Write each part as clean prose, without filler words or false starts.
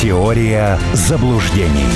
Теория заблуждений.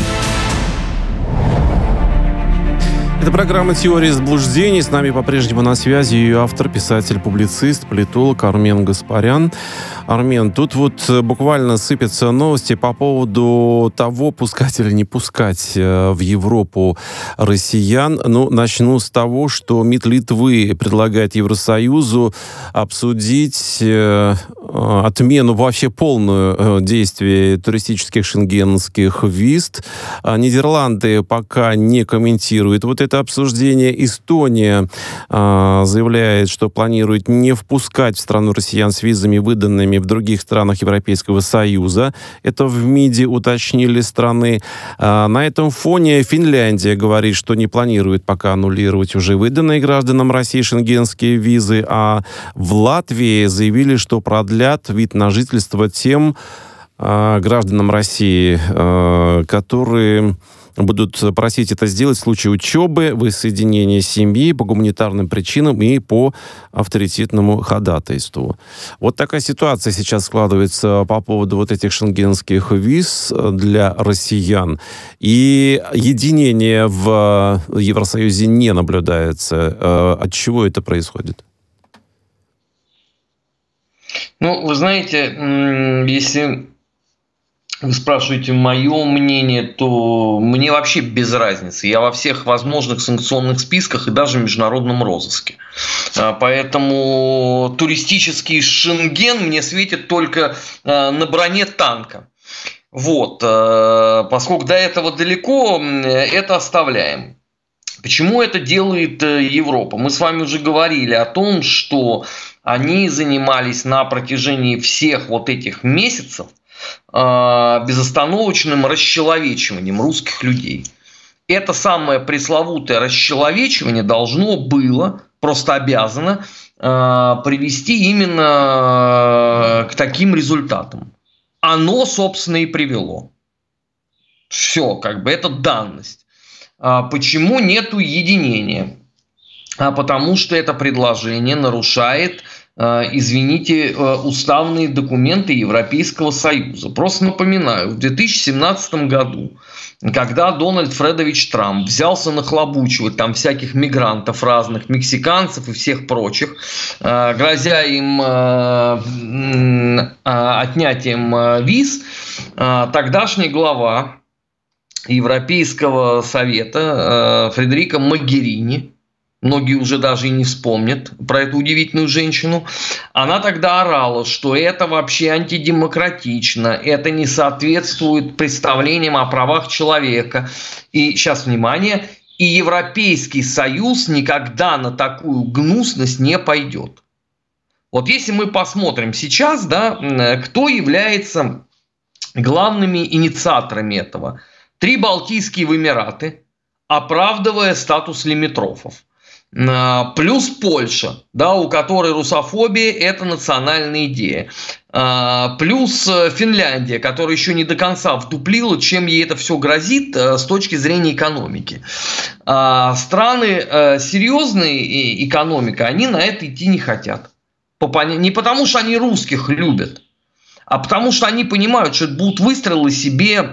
Это программа «Теория заблуждений». С нами по-прежнему на связи ее автор, писатель, публицист, политолог Армен Гаспарян. Армен, тут вот буквально сыпятся новости по поводу того, пускать или не пускать в Европу россиян. Ну, начну с того, что МИД Литвы предлагает Евросоюзу обсудить отмену, вообще полную действие туристических шенгенских виз. Нидерланды пока не комментируют вот это обсуждение. Эстония заявляет, что планирует не впускать в страну россиян с визами, выданными в других странах Европейского Союза. Это в МИДе уточнили страны. На этом фоне Финляндия говорит, что не планирует пока аннулировать уже выданные гражданам России шенгенские визы, а в Латвии заявили, что продлят вид на жительство тем гражданам России, которые будут просить это сделать в случае учебы, воссоединения семьи по гуманитарным причинам и по авторитетному ходатайству. Вот такая ситуация сейчас складывается по поводу вот этих шенгенских виз для россиян. И единение в Евросоюзе не наблюдается. От чего это происходит? Ну, вы знаете, если вы спрашиваете мое мнение, то мне вообще без разницы. Я во всех возможных санкционных списках и даже в международном розыске. Поэтому туристический Шенген мне светит только на броне танка. Вот. Поскольку до этого далеко, это оставляем. Почему это делает Европа? Мы с вами уже говорили о том, что они занимались на протяжении всех вот этих месяцев безостановочным расчеловечиванием русских людей. Это самое пресловутое расчеловечивание должно было, просто обязано, привести именно к таким результатам. Оно, собственно, и привело. Все, как бы это данность. Почему нету единения? Потому что это предложение нарушает, извините, уставные документы Европейского Союза. Просто напоминаю, в 2017 году, когда Дональд Фредович Трамп взялся нахлобучивать там всяких мигрантов разных, мексиканцев и всех прочих, грозя им отнятием виз, тогдашний глава Европейского Совета Фредерика Могерини, многие уже даже и не вспомнят про эту удивительную женщину, она тогда орала, что это вообще антидемократично, это не соответствует представлениям о правах человека. И сейчас, внимание, и Европейский Союз никогда на такую гнусность не пойдет. Вот если мы посмотрим сейчас, да, кто является главными инициаторами этого. 3 Балтийские Эмираты, оправдывая статус лимитрофов. Плюс Польша, да, у которой русофобия – это национальная идея. Плюс Финляндия, которая еще не до конца вдуплила, чем ей это все грозит с точки зрения экономики. Страны серьезные экономика, они на это идти не хотят. Не потому, что они русских любят, а потому, что они понимают, что это будут выстрелы себе.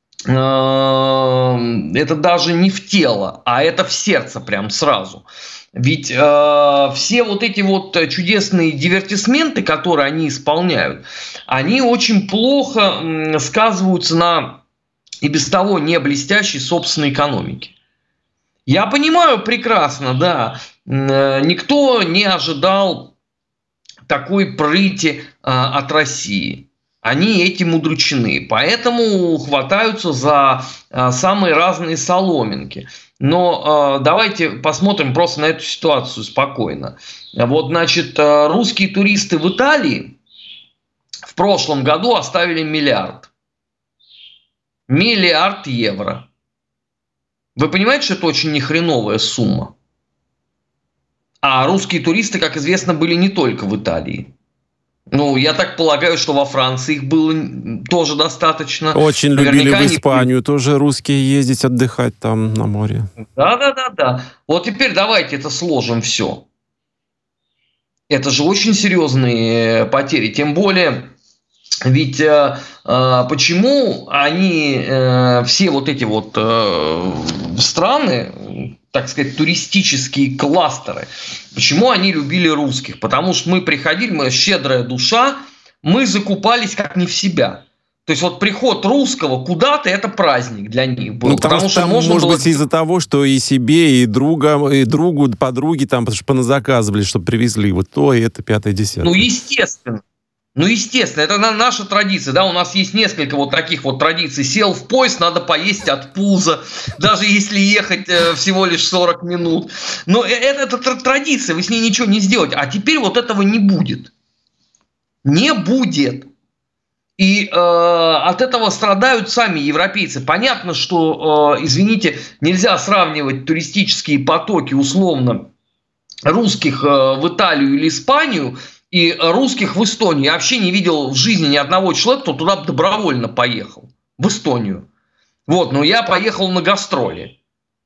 Это даже не в тело, а это в сердце прям сразу. Ведь все вот эти вот чудесные дивертисменты, которые они исполняют, они очень плохо сказываются на и без того не блестящей собственной экономике. Я понимаю прекрасно, да, никто не ожидал такой прыти от России. Они этим удручены, поэтому хватаются за самые разные соломинки. Но давайте посмотрим просто на эту ситуацию спокойно. Вот, значит, русские туристы в Италии в прошлом году оставили миллиард. Миллиард евро. Вы понимаете, что это очень нехреновая сумма? А русские туристы, как известно, были не только в Италии. Ну, я так полагаю, что во Франции их было тоже достаточно. Очень любили в Испанию тоже русские ездить, отдыхать там на море. Да. Вот теперь давайте это сложим все. Это же очень серьезные потери. Тем более, Ведь почему они, все вот эти вот страны, так сказать, туристические кластеры, почему они любили русских? Потому что мы приходили, мы щедрая душа, мы закупались как не в себя. То есть вот приход русского куда-то — это праздник для них был. Ну, потому что там, может быть, из-за того, что и себе, и другу, подруги там, потому что поназаказывали, чтобы привезли вот то, и это, 5-10. Ну, естественно. Это наша традиция, да, у нас есть несколько вот таких вот традиций. Сел в поезд, надо поесть от пуза, даже если ехать всего лишь 40 минут. Но это традиция, вы с ней ничего не сделаете. А теперь вот этого не будет. Не будет. И от этого страдают сами европейцы. Понятно, что, извините, нельзя сравнивать туристические потоки условно русских в Италию или Испанию и русских в Эстонию. Я вообще не видел в жизни ни одного человека, кто туда добровольно поехал, в Эстонию. Вот, но я поехал на гастроли.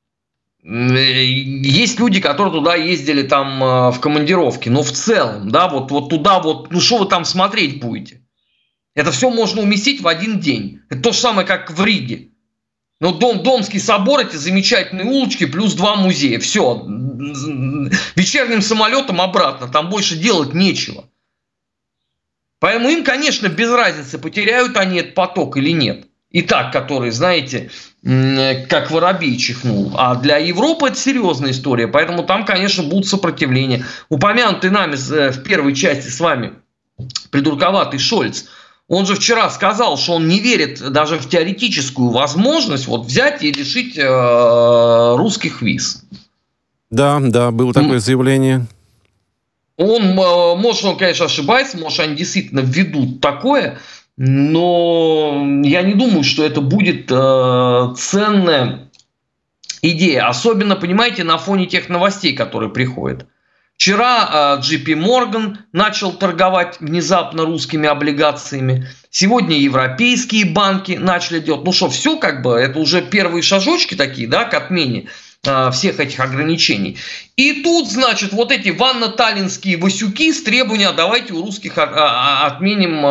Есть люди, которые туда ездили там в командировке, но в целом, да, вот туда вот, ну что вы там смотреть будете? Это все можно уместить в один день. Это то же самое, как в Риге. Но Домский собор, эти замечательные улочки, плюс 2 музея. Все. Вечерним самолетом обратно. Там больше делать нечего. Поэтому им, конечно, без разницы, потеряют они этот поток или нет. И так, который, знаете, как воробей чихнул. А для Европы это серьезная история. Поэтому там, конечно, будут сопротивления. Упомянутый нами в первой части с вами придурковатый Шольц, он же вчера сказал, что он не верит даже в теоретическую возможность вот взять и лишить русских виз. Да, было такое заявление. Может, он, конечно, ошибается, может, они действительно введут такое, но я не думаю, что это будет ценная идея. Особенно, понимаете, на фоне тех новостей, которые приходят. Вчера JP Morgan начал торговать внезапно русскими облигациями. Сегодня европейские банки начали делать. Ну что, все как бы, это уже первые шажочки такие, да, к отмене всех этих ограничений. И тут, значит, вот эти ванно-таллинские васюки с требованием: давайте у русских отменим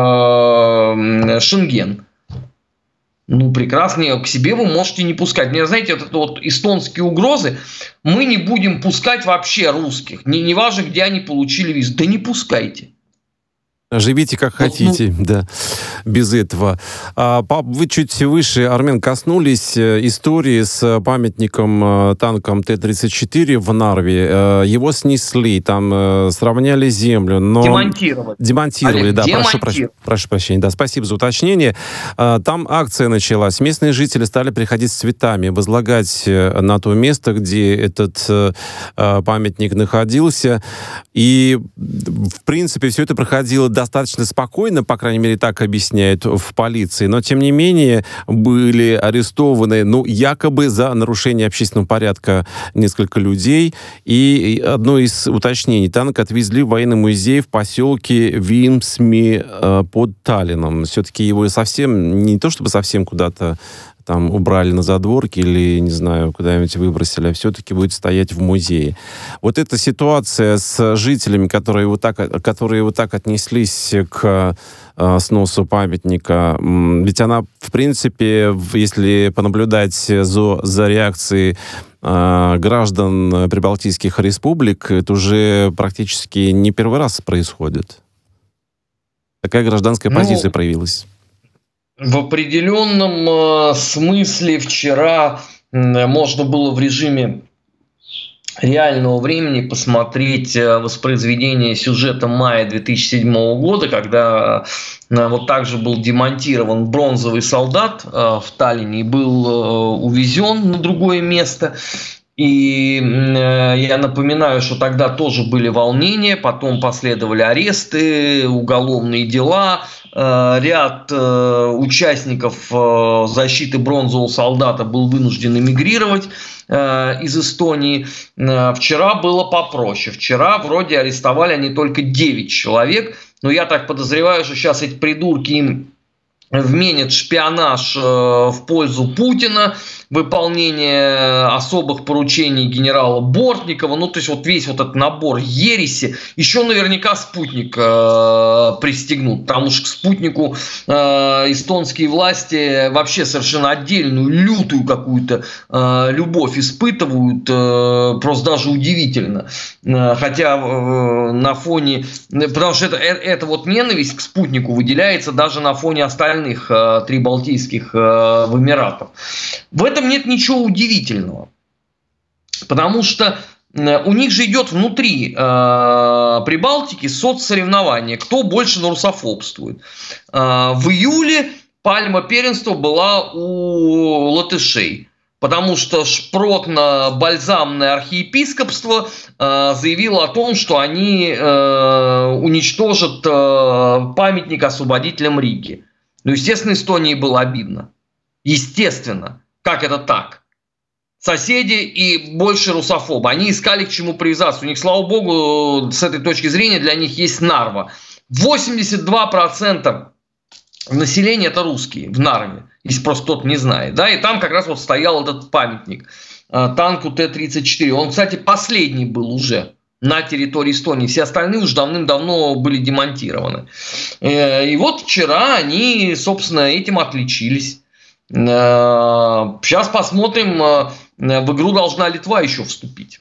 Шенген. Ну, прекрасно, к себе вы можете не пускать. Мне, знаете, вот это вот эстонские угрозы: мы не будем пускать вообще русских. Не важно, где они получили визу. Да не пускайте. Живите как хотите, да, без этого. Вы чуть выше, Армен, коснулись истории с памятником танкам Т-34 в Нарве. Его снесли, там сравняли землю, но... Демонтировали, да, прошу прощения, да, спасибо за уточнение. Там акция началась. Местные жители стали приходить с цветами, возлагать на то место, где этот памятник находился. И, в принципе, все это проходило достаточно спокойно, по крайней мере, так объясняют в полиции. Но, тем не менее, были арестованы, якобы за нарушение общественного порядка несколько людей. И одно из уточнений: танк отвезли в военный музей в поселке Вимсми под Таллином. Все-таки его совсем, не то чтобы совсем куда-то там убрали на задворке или, не знаю, куда-нибудь выбросили, а все-таки будет стоять в музее. Вот эта ситуация с жителями, которые вот так отнеслись к сносу памятника, ведь она, в принципе, если понаблюдать за реакцией граждан прибалтийских республик, это уже практически не первый раз происходит. Такая гражданская позиция проявилась. В определенном смысле вчера можно было в режиме реального времени посмотреть воспроизведение сюжета мая 2007 года, когда вот также был демонтирован бронзовый солдат в Таллине и был увезен на другое место. И я напоминаю, что тогда тоже были волнения, потом последовали аресты, уголовные дела. Ряд участников защиты бронзового солдата был вынужден эмигрировать из Эстонии. Вчера было попроще. Вчера вроде арестовали они только 9 человек. Но я так подозреваю, что сейчас эти придурки им вменят шпионаж в пользу Путина, выполнение особых поручений генерала Бортникова, ну, то есть вот весь вот этот набор ереси, еще наверняка спутник пристегнут, потому что к спутнику эстонские власти вообще совершенно отдельную, лютую какую-то любовь испытывают, просто даже удивительно. Хотя на фоне, потому что это вот ненависть к спутнику выделяется даже на фоне остальных прибалтийских эмиратов. В этом нет ничего удивительного, потому что у них же идет внутри Прибалтики соцсоревнование, кто больше нарусофобствует. В июле пальма первенства была у латышей, потому что шпротно-бальзамное архиепископство заявило о том, что они уничтожат памятник освободителям Риги. Ну, естественно, Эстонии было обидно. Естественно. Как это так? Соседи и больше русофобы. Они искали к чему привязаться. У них, слава богу, с этой точки зрения для них есть Нарва. 82% населения это русские в Нарве, если просто кто-то не знает. Да? И там как раз вот стоял этот памятник танку Т-34. Он, кстати, последний был уже на территории Эстонии. Все остальные уже давным-давно были демонтированы. И вот вчера они, собственно, этим отличились. Сейчас посмотрим, в игру должна Литва еще вступить.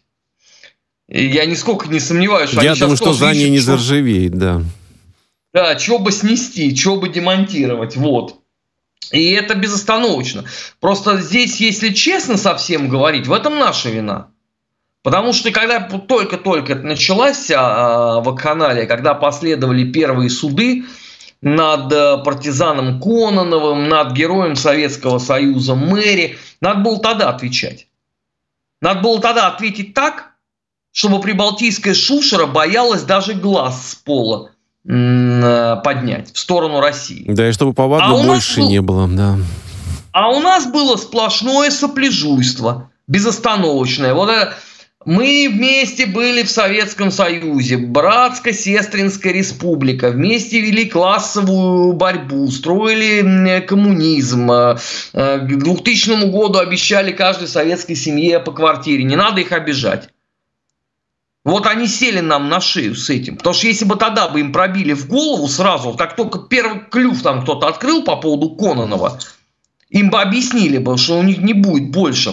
Я нисколько не сомневаюсь, что я они думаю, сейчас что за ней не заржавеет, да. Да, чего бы снести, чего бы демонтировать, вот. И это безостановочно. Просто здесь, если честно совсем говорить, в этом наша вина. Потому что когда только-только это началось в вакханалия, когда последовали первые суды над партизаном Кононовым, над героем Советского Союза Мэри, надо было тогда отвечать. Надо было тогда ответить так, чтобы прибалтийская шушера боялась даже глаз с пола поднять в сторону России. Да, и чтобы повадло больше не было. Да. А у нас было сплошное сопляжуйство, безостановочное. Вот мы вместе были в Советском Союзе, братско-сестринская республика, вместе вели классовую борьбу, строили коммунизм, к 2000 году обещали каждой советской семье по квартире, не надо их обижать. Вот они сели нам на шею с этим, потому что если бы тогда бы им пробили в голову сразу, как только первый клюв там кто-то открыл по поводу Кононова, им бы объяснили бы, что у них не будет больше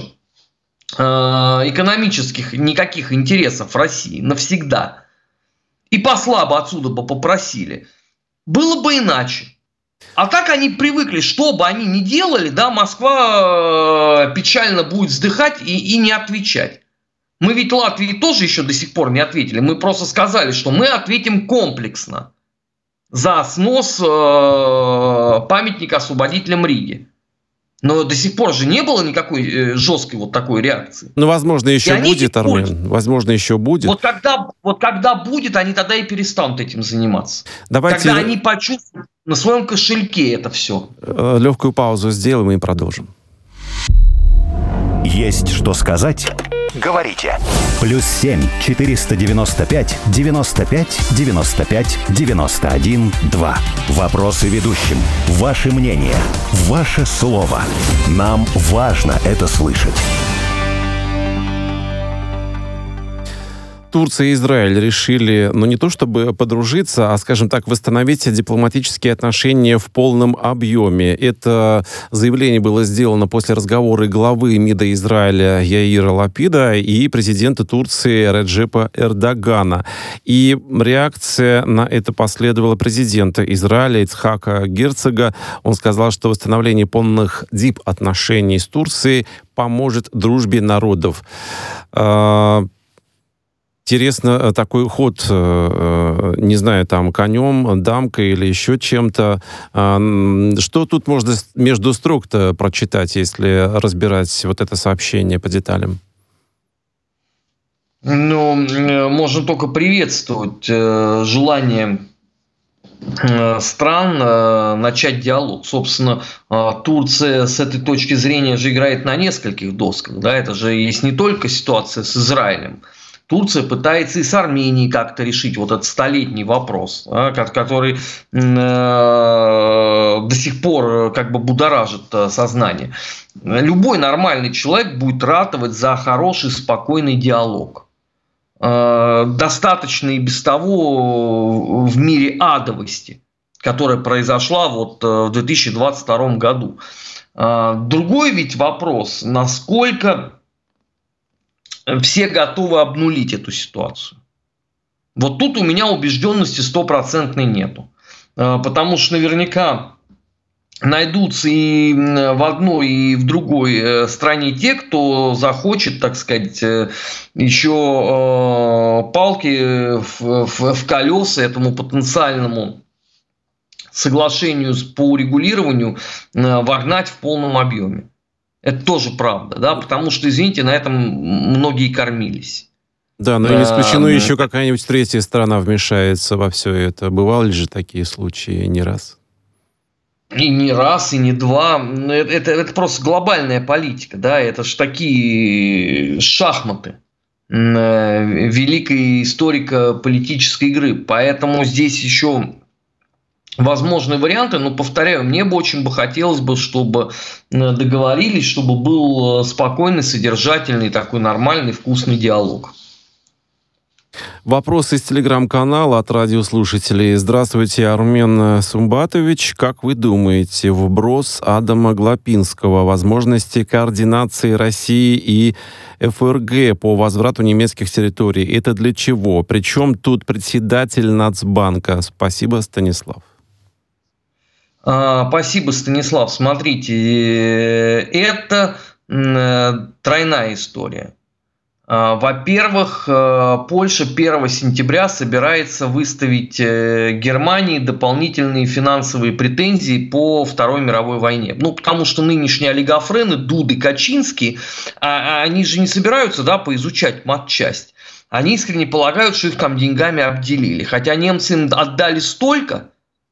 экономических никаких интересов в России навсегда. И посла бы отсюда бы попросили. Было бы иначе. А так они привыкли, что бы они ни делали, да, Москва печально будет вздыхать и не отвечать. Мы ведь Латвии тоже еще до сих пор не ответили. Мы просто сказали, что мы ответим комплексно за снос памятника освободителям Риги. Но до сих пор же не было никакой жесткой вот такой реакции. Ну, возможно, еще будет, Армен. Возможно, еще будет. Вот когда будет, они тогда и перестанут этим заниматься. Давайте... Когда они почувствуют на своем кошельке это все. Легкую паузу сделаем и продолжим. Есть что сказать? Говорите. +7 495 95 95 91 2. Вопросы ведущим. Ваше мнение. Ваше слово. Нам важно это слышать. Турция и Израиль решили, ну, не то чтобы подружиться, а, скажем так, восстановить дипломатические отношения в полном объеме. Это заявление было сделано после разговора главы МИДа Израиля Яира Лапида и президента Турции Реджепа Эрдогана. И реакция на это последовала президента Израиля Ицхака Герцога. Он сказал, что восстановление полных дип-отношений с Турцией поможет дружбе народов. Интересно, такой ход, не знаю, там, конем, дамкой или еще чем-то. Что тут можно между строк-то прочитать, если разбирать вот это сообщение по деталям? Ну, можно только приветствовать желание стран начать диалог. Собственно, Турция с этой точки зрения же играет на нескольких досках. Да? Это же есть не только ситуация с Израилем. Турция пытается и с Арменией как-то решить вот этот столетний вопрос, который в до сих пор как бы будоражит сознание. Любой нормальный человек будет ратовать за хороший, спокойный диалог. Достаточно и без того в мире адовости, которая произошла вот в 2022 году. Другой ведь вопрос, насколько все готовы обнулить эту ситуацию. Вот тут у меня убежденности стопроцентной нету. Потому что наверняка найдутся и в одной, и в другой стране те, кто захочет, так сказать, еще палки в колеса этому потенциальному соглашению по урегулированию вогнать в полном объеме. Это тоже правда, да, потому что, извините, на этом многие кормились. Да, но не исключено еще какая-нибудь третья страна вмешается во все это. Бывали же такие случаи не раз? И не раз, и не два. Это просто глобальная политика, да, это ж такие шахматы великой историко-политической игры. Поэтому здесь еще возможные варианты, но, повторяю, мне бы очень хотелось бы, чтобы договорились, чтобы был спокойный, содержательный, такой нормальный, вкусный диалог. Вопрос из телеграм-канала от радиослушателей. Здравствуйте, Армен Сумбатович. Как вы думаете, вброс Адама Глапинского, возможности координации России и ФРГ по возврату немецких территорий, это для чего? Причем тут председатель Нацбанка? Спасибо, Станислав. Спасибо, Станислав. Смотрите, это тройная история. Во-первых, Польша 1 сентября собирается выставить Германии дополнительные финансовые претензии по Второй мировой войне. Ну, потому что нынешние олигофрены, Дуды, Качинский, они же не собираются, да, поизучать матчасть. Они искренне полагают, что их там деньгами обделили. Хотя немцы им отдали столько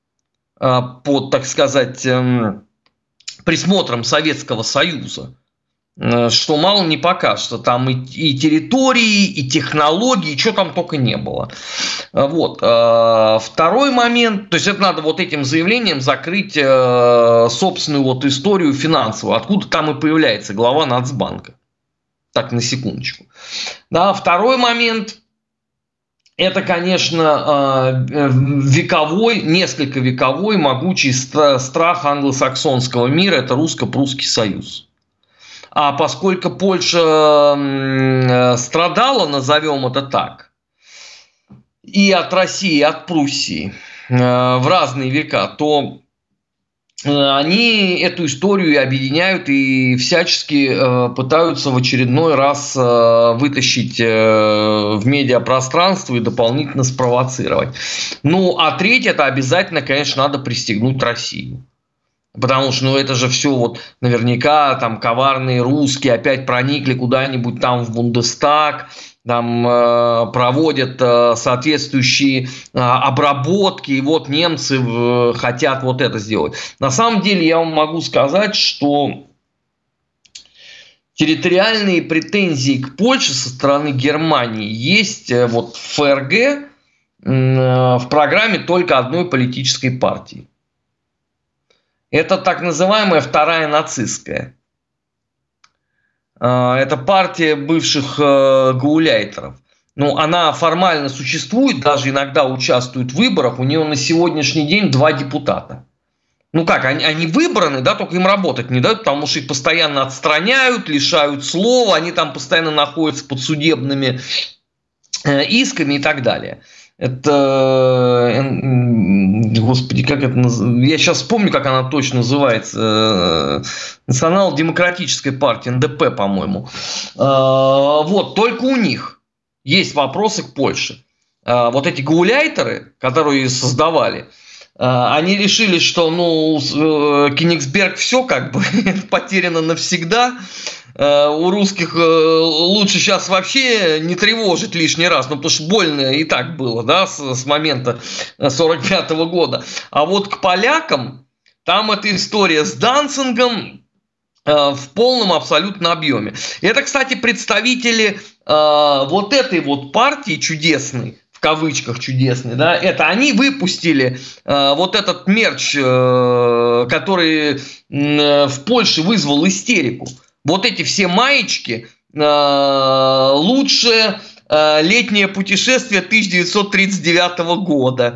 под, так сказать, присмотром Советского Союза, что мало не покажется. Там и территории, и технологии, и что там только не было. Вот. Второй момент, то есть это надо вот этим заявлением закрыть собственную вот историю финансовую, откуда там и появляется глава Нацбанка. Так, на секундочку. Да, второй момент, это, конечно, несколько вековой могучий страх англосаксонского мира, это русско-прусский союз. А поскольку Польша страдала, назовем это так, и от России, и от Пруссии в разные века, то они эту историю объединяют и всячески пытаются в очередной раз вытащить в медиапространство и дополнительно спровоцировать. Ну, а третье, это обязательно, конечно, надо пристегнуть Россию. Потому что, это же все вот наверняка там коварные русские опять проникли куда-нибудь там в Бундестаг, там проводят соответствующие обработки, и вот немцы хотят вот это сделать. На самом деле я вам могу сказать, что территориальные претензии к Польше со стороны Германии есть вот в ФРГ в программе только одной политической партии. Это так называемая вторая нацистская. Это партия бывших гауляйтеров. Ну, она формально существует, даже иногда участвует в выборах. У нее на сегодняшний день 2 депутата. Ну как, они выбраны, да, только им работать не дают, потому что их постоянно отстраняют, лишают слова, они там постоянно находятся под судебными исками и так далее. Это, господи, как это называется? Я сейчас вспомню, как она точно называется. Национал-демократическая партия, НДП, по-моему. Вот, только у них есть вопросы к Польше. Вот эти гауляйтеры, которые создавали, они решили, что, Кенигсберг все как бы потеряно навсегда. У русских лучше сейчас вообще не тревожить лишний раз, потому что больно и так было, да, с момента 1945 года. А вот к полякам там эта история с Данцингом в полном абсолютно объеме. Это, кстати, представители вот этой вот партии чудесной, в кавычках чудесный, да, это они выпустили вот этот мерч, который в Польше вызвал истерику. Вот эти все маечки «Лучшее летнее путешествие 1939 года»,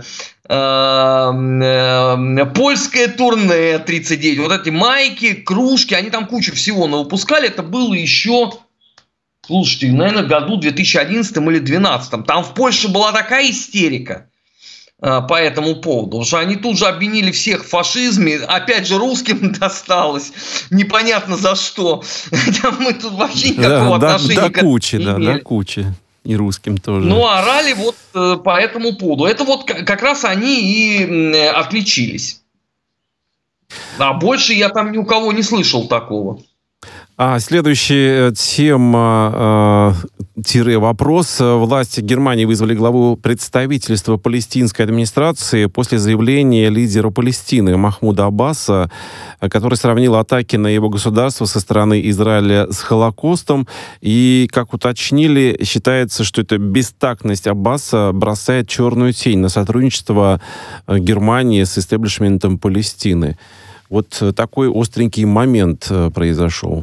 «Польское турне 39», вот эти майки, кружки, они там кучу всего навыпускали, это было еще... Слушайте, наверное, в году 2011 или 2012. Там в Польше была такая истерика по этому поводу, потому что они тут же обвинили всех в фашизме. Опять же, русским досталось. Непонятно за что. Мы тут вообще никакого отношения к этому не имели. До кучи. И русским тоже. Ну, орали вот по этому поводу. Это вот как раз они и отличились. А больше я там ни у кого не слышал такого. Следующая тема, вопрос. Власти Германии вызвали главу представительства палестинской администрации после заявления лидера Палестины Махмуда Аббаса, который сравнил атаки на его государство со стороны Израиля с Холокостом. И, как уточнили, считается, что эта бестактность Аббаса бросает черную тень на сотрудничество Германии с истеблишментом Палестины. Вот такой остренький момент произошел.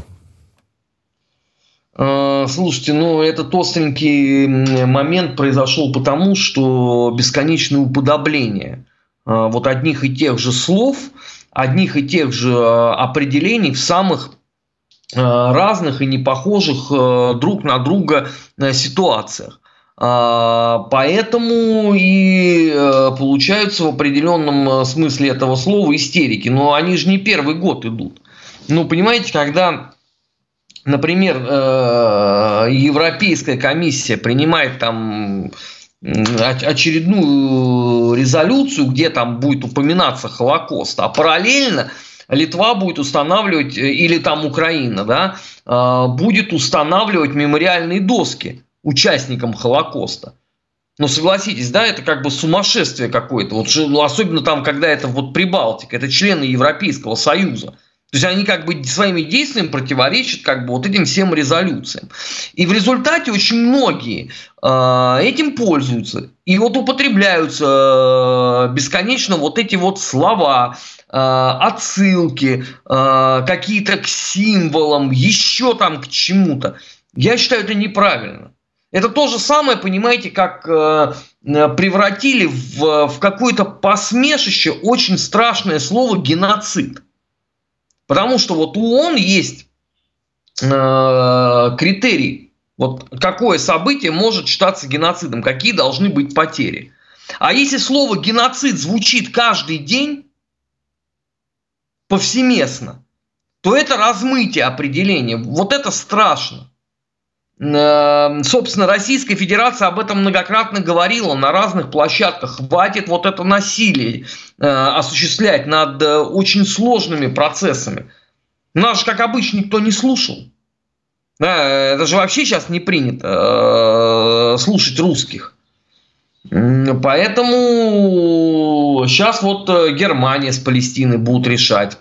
Слушайте, этот остренький момент произошел потому, что бесконечное уподобление вот одних и тех же слов, одних и тех же определений в самых разных и непохожих друг на друга ситуациях. Поэтому и получаются в определенном смысле этого слова истерики. Но они же не первый год идут. Понимаете, когда... Например, Европейская комиссия принимает там очередную резолюцию, где там будет упоминаться Холокост, а параллельно Литва будет устанавливать, или там Украина, да, будет устанавливать мемориальные доски участникам Холокоста. Согласитесь, да, это как бы сумасшествие какое-то, вот, особенно там, когда это вот Прибалтика, это члены Европейского Союза. То есть они как бы своими действиями противоречат как бы вот этим всем резолюциям. И в результате очень многие этим пользуются. И вот употребляются бесконечно вот эти вот слова, отсылки, какие-то к символам, еще там к чему-то. Я считаю, это неправильно. Это то же самое, понимаете, как превратили в какое-то посмешище очень страшное слово «геноцид». Потому что вот у ООН есть критерий, вот какое событие может считаться геноцидом, какие должны быть потери. А если слово «геноцид» звучит каждый день повсеместно, то это размытие определения. Вот это страшно. Собственно, Российская Федерация об этом многократно говорила на разных площадках. Хватит вот это насилие осуществлять над очень сложными процессами. Нас же, как обычно, никто не слушал. Это же вообще сейчас не принято слушать русских. Поэтому сейчас вот Германия с Палестиной будут решать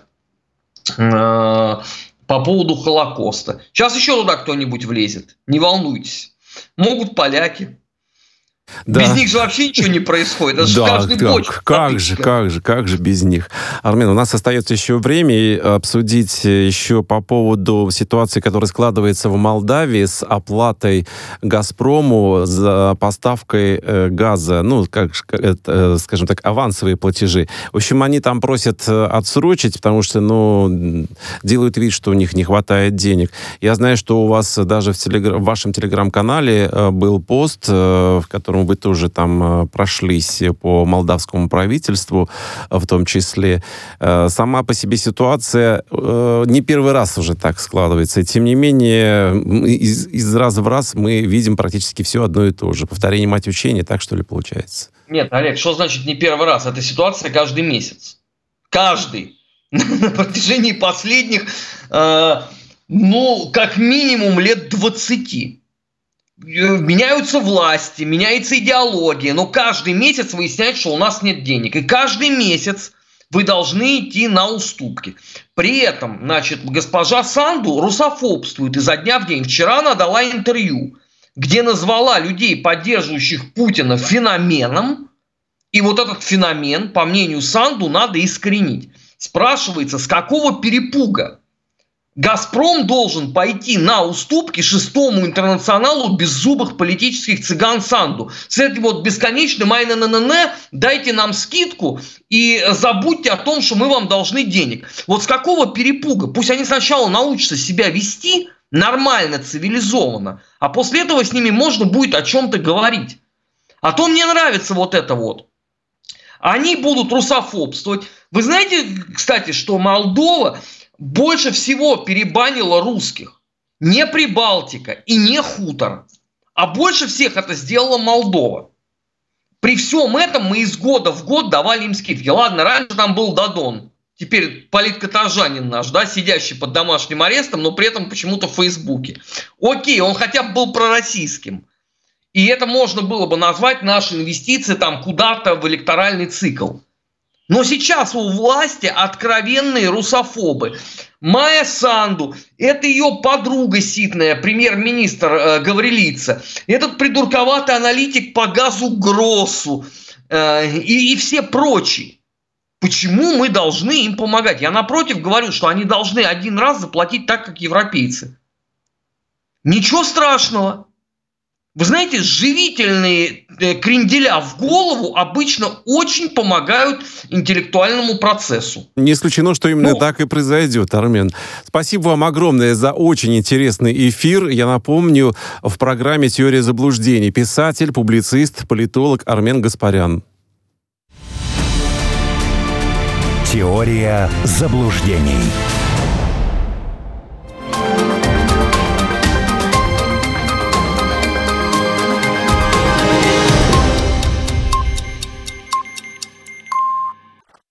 по поводу Холокоста. Сейчас еще туда кто-нибудь влезет. Не волнуйтесь. Могут поляки. Да. Без них же вообще ничего не происходит. Это же каждый бочек. Как же без них. Армен, у нас остается еще время обсудить еще по поводу ситуации, которая складывается в Молдавии с оплатой «Газпрому» за поставкой газа. Скажем так, авансовые платежи. В общем, они там просят отсрочить, потому что, делают вид, что у них не хватает денег. Я знаю, что у вас даже в вашем телеграм-канале был пост, в котором вы тоже там прошлись по молдавскому правительству, в том числе. Сама по себе ситуация не первый раз уже так складывается. И, тем не менее, из раза в раз мы видим практически все одно и то же. Повторение мать учения, так что ли получается? Нет, Олег, что значит не первый раз? Это ситуация каждый месяц. Каждый. На протяжении последних, как минимум лет 20. Меняются власти, меняется идеология, но каждый месяц выясняется, что у нас нет денег. И каждый месяц вы должны идти на уступки. При этом, госпожа Санду русофобствует изо дня в день. Вчера она дала интервью где назвала людей, поддерживающих Путина, феноменом. И вот этот феномен, по мнению Санду, надо искоренить. Спрашивается, с какого перепуга «Газпром» должен пойти на уступки шестому интернационалу беззубых политических цыган Санду с этим вот бесконечным дайте нам скидку и забудьте о том, что мы вам должны денег. Вот с какого перепуга? Пусть они сначала научатся себя вести нормально, цивилизованно, а после этого с ними можно будет о чем-то говорить. А то мне нравится вот это вот. Они будут русофобствовать. Вы знаете, кстати, что Молдова больше всего перебанила русских. Не Прибалтика и не Хутор. А больше всех это сделала Молдова. При всем этом мы из года в год давали им скидки. Ладно, раньше там был Дадон. Теперь политкоторжанин наш, да, сидящий под домашним арестом, но при этом почему-то в Фейсбуке. Окей, он хотя бы был пророссийским. И это можно было бы назвать наши инвестиции там куда-то в электоральный цикл. Но сейчас у власти откровенные русофобы. Майя Санду, это ее подруга ситная, премьер-министр Гаврилица, этот придурковатый аналитик по газу Гроссу и все прочие. Почему мы должны им помогать? Я напротив говорю, что они должны один раз заплатить так, как европейцы. Ничего страшного. Вы знаете, живительные кренделя в голову обычно очень помогают интеллектуальному процессу. Не исключено, что именно так и произойдет, Армен. Спасибо вам огромное за очень интересный эфир. Я напомню, в программе «Теория заблуждений» писатель, публицист, политолог Армен Гаспарян. Теория заблуждений.